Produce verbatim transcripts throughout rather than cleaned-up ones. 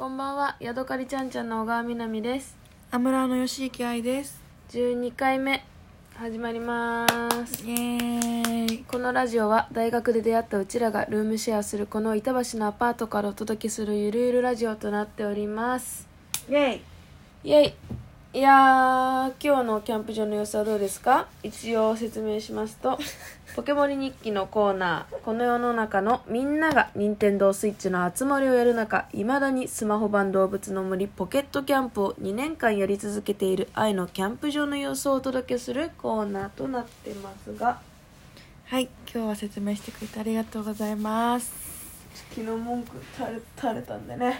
こんばんは、ヤドカリちゃんちゃんの小川みなみです。 アムラーの吉池愛です。 じゅうにかいめ始まります。 イエーイ。 このラジオは大学で出会ったうちらがルームシェアするこの板橋のアパートからお届けするゆるゆるラジオとなっております。 イエイ。 イエイ。いやー、今日のキャンプ場の様子はどうですか？一応説明しますとポケモリ日記のコーナー、この世の中のみんなが任天堂スイッチの集まりをやる中、いまだにスマホ版動物の森ポケットキャンプをにねんかんやり続けている愛のキャンプ場の様子をお届けするコーナーとなってますが、 はい、今日は説明してくれてありがとうございます。 昨日文句垂れ、垂れたんでね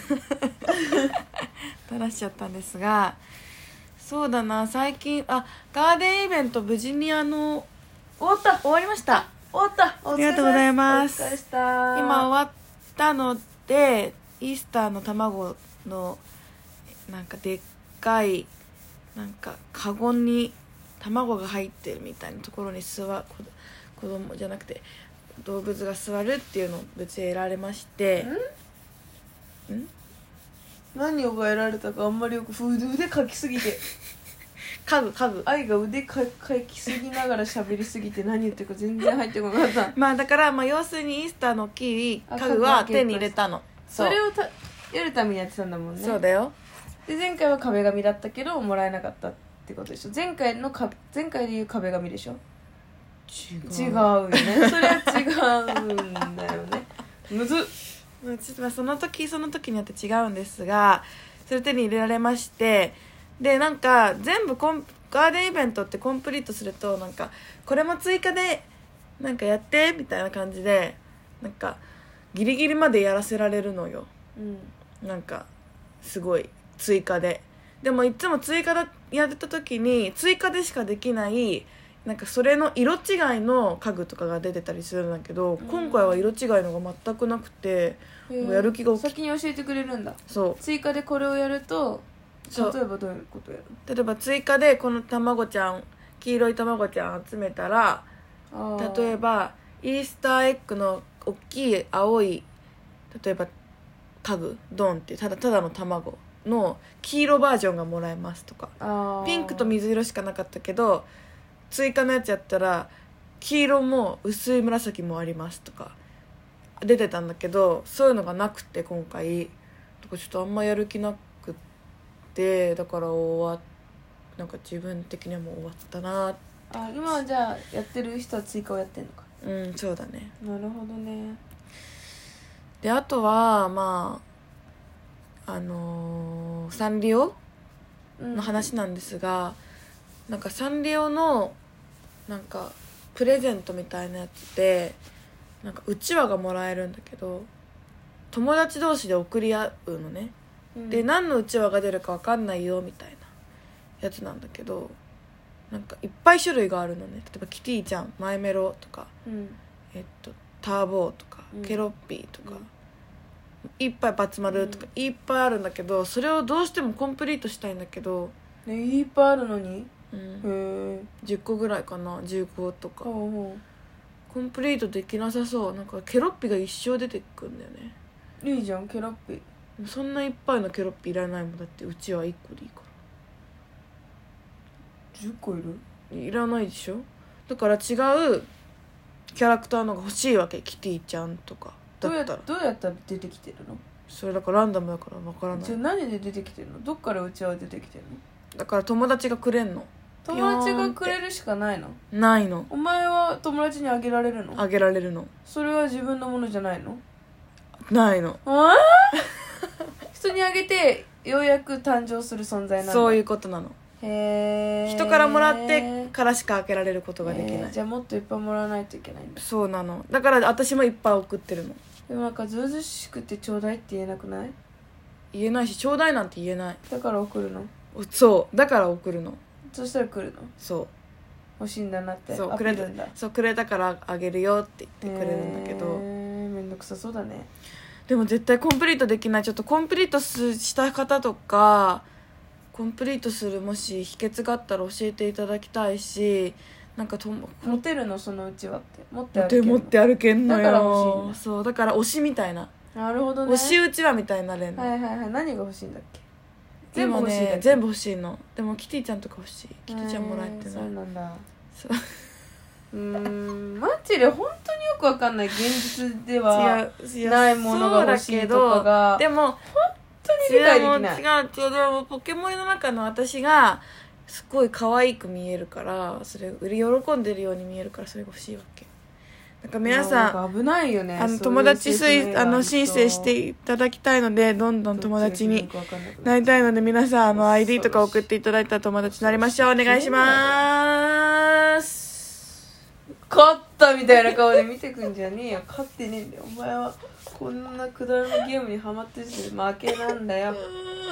垂らしちゃったんですが、そうだな、最近あガーデンイベント無事にあの終わった終わりました。 終わった。 ありがとうございます。 お疲れした今終わったので、イースターの卵のなんかでっかいなんかカゴに卵が入ってるみたいなところに座る、子供じゃなくて動物が座るっていうのを無事得られまして、 んん何をが得られたかあんまりよく腕かきすぎて家具家具愛が腕かきすぎながら喋りすぎて何言ってるか全然入ってこなかったまあだからまあ要するにイースターの大きい家具は手に入れたの。 それをたやるためにやってたんだもんね。 そうだよ。 で前回は壁紙だったけどもらえなかったってことでしょ。前回のか前回でいう壁紙でしょ。 違う違うよね。それは違うんだよね。むずっ。 ちょっとまあその時その時によって違うんですが、それ手に入れられまして、でなんか全部コンガーデンイベントってコンプリートするとなんかこれも追加でなんかやってみたいな感じでなんかギリギリまでやらせられるのよ、うん、なんかすごい追加で。でもいつも追加でやった時に追加でしかできないなんかそれの色違いの家具とかが出てたりするんだけど、うん、今回は色違いのが全くなくて、もうやる気が起き先に教えてくれるんだ。 そう追加でこれをやると、例えばどういうことやる？ 例えば追加でこの卵ちゃん黄色い卵ちゃん集めたら、例えばイースターエッグの大きい青い例えば家具ドンってただただの卵の黄色バージョンがもらえますとか、ピンクと水色しかなかったけど追加のやつやったら黄色も薄い紫もありますとか出てたんだけど、そういうのがなくて今回とかちょっとあんまやる気なくて、だから終わなんか自分的にはもう終わったな。 あ、今はじゃあやってる人は追加をやってんのか。 うん、そうだね。 なるほどね。 であとはまああのー、サンリオの話なんですが、うん、なんかサンリオのなんかプレゼントみたいなやつでなんかうちわがもらえるんだけど、友達同士で送り合うのね、うん、で何のうちわが出るか分かんないよみたいなやつなんだけど、なんかいっぱい種類があるのね。例えばキティちゃん、マイメロとか、うん、えっとターボーとか、うん、ケロッピーとか、うん、いっぱいバツ丸とか、うん、いっぱいあるんだけど、それをどうしてもコンプリートしたいんだけど、 ね、いっぱいあるのに、 うん、へじゅっこぐらいかな、じゅうごとか、 ほうほうコンプリートできなさそう。なんかケロッピが一生出てくんだよね。 いいじゃん、ケロッピ。 そんないっぱいのケロッピいらないもん。だってうちはいっこでいいから。 じゅっこいる？ いらないでしょ。だから違うキャラクターのが欲しいわけ。キティちゃんとかだったらどうやったら出てきてるの？ それだからランダムだから分からない。 じゃあ何で出てきてるの？どっからうちは出てきてるの？ だから友達がくれんの。 友達がくれるしかないの？ ないの。 お前は友達にあげられるの？ あげられるの。 それは自分のものじゃないの？ ないの。 あ人にあげてようやく誕生する存在なんだ。 そういうことなの。 へー。 人からもらってからしか開けられることができない。 じゃあもっといっぱいもらわないといけないんだ。 そうなの。だから私もいっぱい送ってるの。 でもなんかずうずしくてちょうだいって言えなくない？ 言えないし、ちょうだいなんて言えない。 だから送るの？ そうだから送るの。 そしたら来るの？ そう欲しいんだなってそうくれたんだ。そうくれたからあげるよって言ってくれるんだけど、 めんどくさそうだね。 でも絶対コンプリートできない。ちょっとコンプリートした方とかコンプリートするもし秘訣があったら教えていただきたいし、なんかと持てるのそのうちわって持って歩けんの？ 持って歩けんのよ。 だから欲しいんだ。 そうだから推しみたいな。 なるほどね。 押しうちわみたいになれんの、 はいはいはい。何が欲しいんだっけ？全部今欲しいんだっけ？ ね全部欲しいの。でもキティちゃんとか欲しい。キティちゃんもらえてそない。 うなんだ。 そううーん、マジで本当によくわかんない。現実では違うないものが欲しいとかがでも本当に理解できない。 違う違う違う。ポケモンの中の私がすごい可愛く見えるから、それ喜んでるように見えるから、それが欲しいわけ。なんか皆さん、 なんか危ないよね。 あのそういう友達説明が推あの申請していただきたいので、どんどん友達になりたいので、皆さんあの アイディー とか送っていただいたら友達になりましょう。お願いします。 勝ったみたいな顔で見てくんじゃねえよ。勝ってねえんだよ。お前はこんなくだらないゲームにハマってるし負けなんだよ。 うーん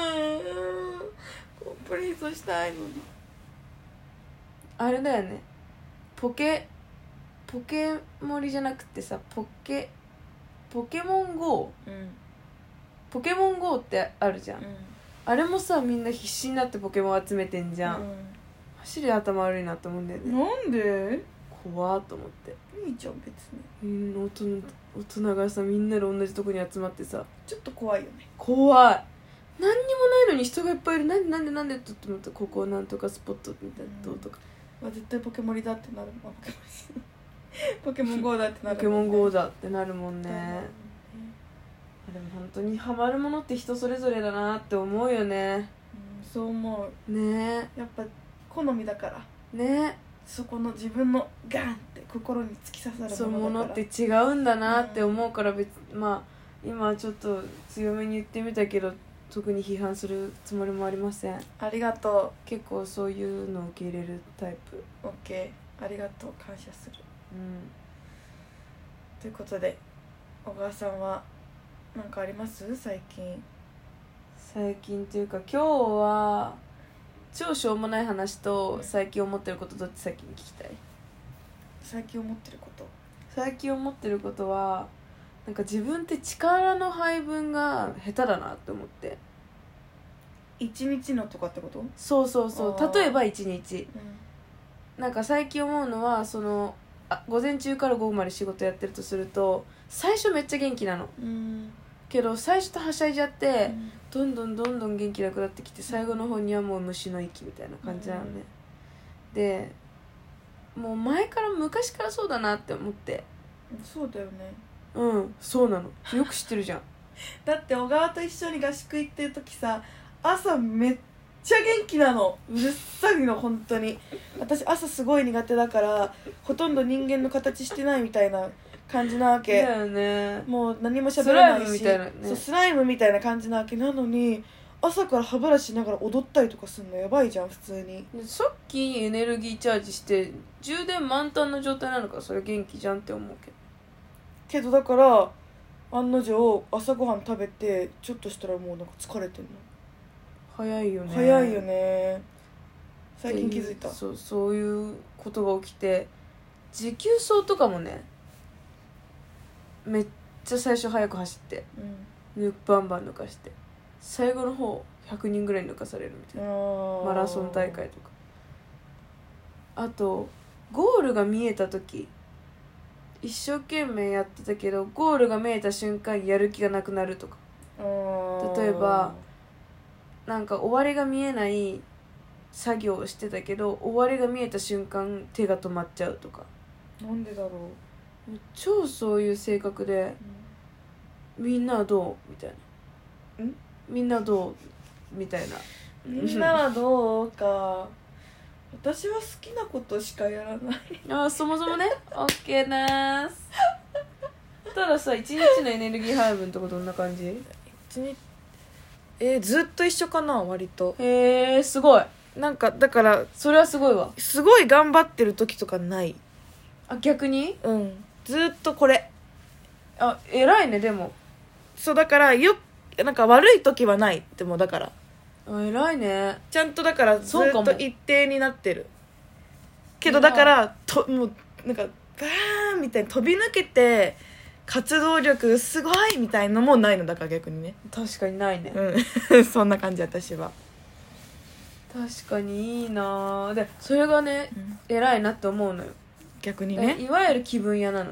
コンプリートしたいのに。 あれだよね。ポケポケモリじゃなくてさ、ポケポケモン ゴーうんポケモン ゴー ってあるじゃん、 うんあれもさみんな必死になってポケモン集めてんじゃん、 う走り頭悪いなと思うんだよね。 んなんで怖っと思って。 いいじゃん別に。 うん、大人大人がさみんなで同じとこに集まってさ、 ちょっと怖いよね。 怖い。何にもないのに人がいっぱいいる。なんでなんでなんでって思った。ここなんとかスポットみたいなどうとか、 まあ、絶対ポケモリだってなるもん。ポケモンポケモン ゴー だってなるもん、ね、 ポケモン ゴー だってなるもんね。 ねでも本当にハマるものって人それぞれだなって思うよね。 うん、そう思う。 ねやっぱ好みだから、 ねそこの自分のガンって心に突き刺さるそうもものだから。 のって違うんだなって思うから別、まあ今はちょっと強めに言ってみたけど特に批判するつもりもありません。 ありがと結構そういうのを受け入れるタイプ。 う。オッケー、ありがとう、感謝する。 うんということで、小川さんは何かあります最近？ 最近というか今日は超しょうもない話と最近思ってることどっち先に聞きたい？ 最近思ってること。 最近思ってることはなんか自分って力の配分が下手だなって思って。 一日のとかってこと？ そうそうそあーう。例えば一日うんなんか最近思うのはそのあ午前中から午後まで仕事やってるとすると最初めっちゃ元気なのうんけど最初とはしゃいじゃって、 うんどんどんどんどん元気なくなってきて最後の方にはもう虫の息みたいな感じなのね、うん、でもう前から昔からそうだなって思って。 そうだよね。 うんそうなの。よく知ってるじゃん。 だって小川と一緒に合宿行ってる時さ、朝めっちゃ元気なの。うるさいの本当に。私朝すごい苦手だからほとんど人間の形してないみたいな感じなわけ。 だよね。 もう何も喋らないし、 スライムみたいなね。 そうスライムみたいな感じなわけなのに、朝から歯ブラシしながら踊ったりとかするのやばいじゃん普通に。 さっきエネルギーチャージして充電満タンの状態なのからそれ元気じゃんって思うけどけどだから案の定朝ごはん食べてちょっとしたらもうなんか疲れてんの。 早いよね。 早いよね。最近気づいた。 そうそういうことが起きて持久走とかもねめっちゃ最初早く走ってうん抜バンバン抜かして最後の方ひゃくにんぐらい抜かされるみたいなマラソン大会とか。あとゴールが見えた時一生懸命やってたけどゴールが見えた瞬間やる気がなくなるとか。例えばなんか終わりが見えない作業をしてたけど終わりが見えた瞬間手が止まっちゃうとか。 なんでだろう。 超そういう性格でみんなはどうみたいなんみんなどうみたいな。 みんなはどうか。私は好きなことしかやらない。 ああそもそもね OK なーす。たださ一日のエネルギー配分とかどんな感じ？ 一日えー、ずっと一緒かな割と。 へえすごい。 なんかだからそれはすごいわ。 すごい頑張ってる時とかない。 あ逆にうんずっとこれ。 あ偉いね。でもそうだからよなんか悪い時はない。でもだからあ偉いね。 ちゃんとだからずっそうかもと一定になってるけどだからともうなんかバーンみたいに飛び抜けて活動力すごいみたいのもないのだから逆にね。 確かにないね、 うんそんな感じ私は。 確かにいいなでそれがね、 うん偉いなって思うのよ。 逆にね。 いわゆる気分屋なのね。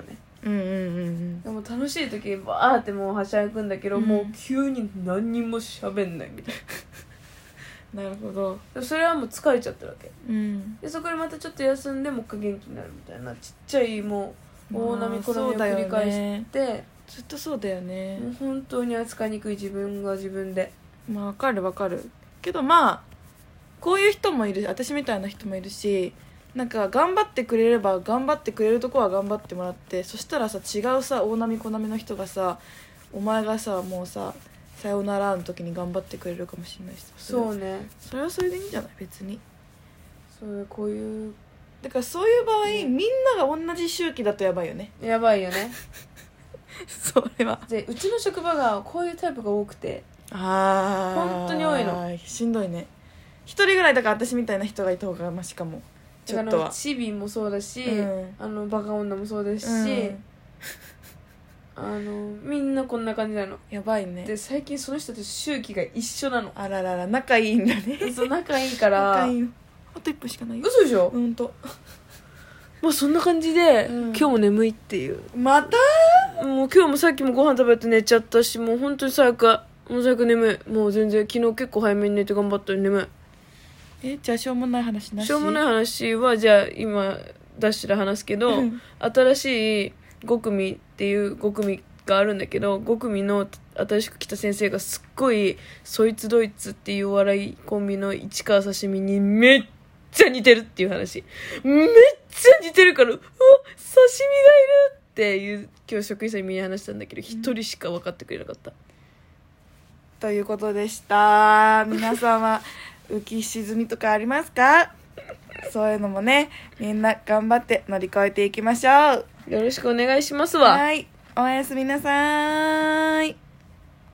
うんうんうんうんでも楽しい時バーってもうはしゃぐんだけど、 うんもう急に何にも喋んないみたいなるほど。 なそれはもう疲れちゃってるわけうんでそこでまたちょっと休んでもう一回元気になるみたいなちっちゃいもう大波小波を繰り返して、 ずっとそうだよね。 もう本当に扱いにくい自分が自分でまあわかるわかるけど、まあこういう人もいる、私みたいな人もいるし、なんか頑張ってくれれば頑張ってくれるとこは頑張ってもらって、そしたらさ違うさ大波小波の人がさ、お前がさもうささよならの時に頑張ってくれるかもしれないしさ、 そうねそれはそれでいいんじゃない別に。 そうこういうだからそういう場合、みんなが同じ周期だとやばいよね。 やばいよねそれはでうちの職場がこういうタイプが多くてああ本当に多いの。 しんどいね。一人ぐらいだから私みたいな人がいた方がマシかも。ちょっとあのはチビもそうだし、 うんあのバカ女もそうですし、 うんあのみんなこんな感じなのやばいね。 で最近その人たち周期が一緒なのあららら仲いいんだね。 そう仲いいから仲いいよ。あといっぷんしかないよ。 嘘でしょ、 うんとまあそんな感じで、 うん今日も眠いっていうまたもう今日もさっきもご飯食べて寝ちゃったしもう本当に最悪もう最悪眠いもう全然昨日結構早めに寝て頑張ったのに眠えじゃあしょうもない話ないし。 しょうもない話はじゃあ今ダッシュで話すけどうん新しいご組っていうご組があるんだけどご組の新しく来た先生がすっごいそいつドイツっていうお笑いコンビの市川刺身にめっちゃ似てるっていう話めっちゃ似てるからうわ刺身がいるっていう今日職員さんにみんな話したんだけど一、人しか分かってくれなかったということでした。皆様浮き沈みとかありますか？そういうのもねみんな頑張って乗り越えていきましょう。 よろしくお願いしますわ。 はいおやすみなさーい。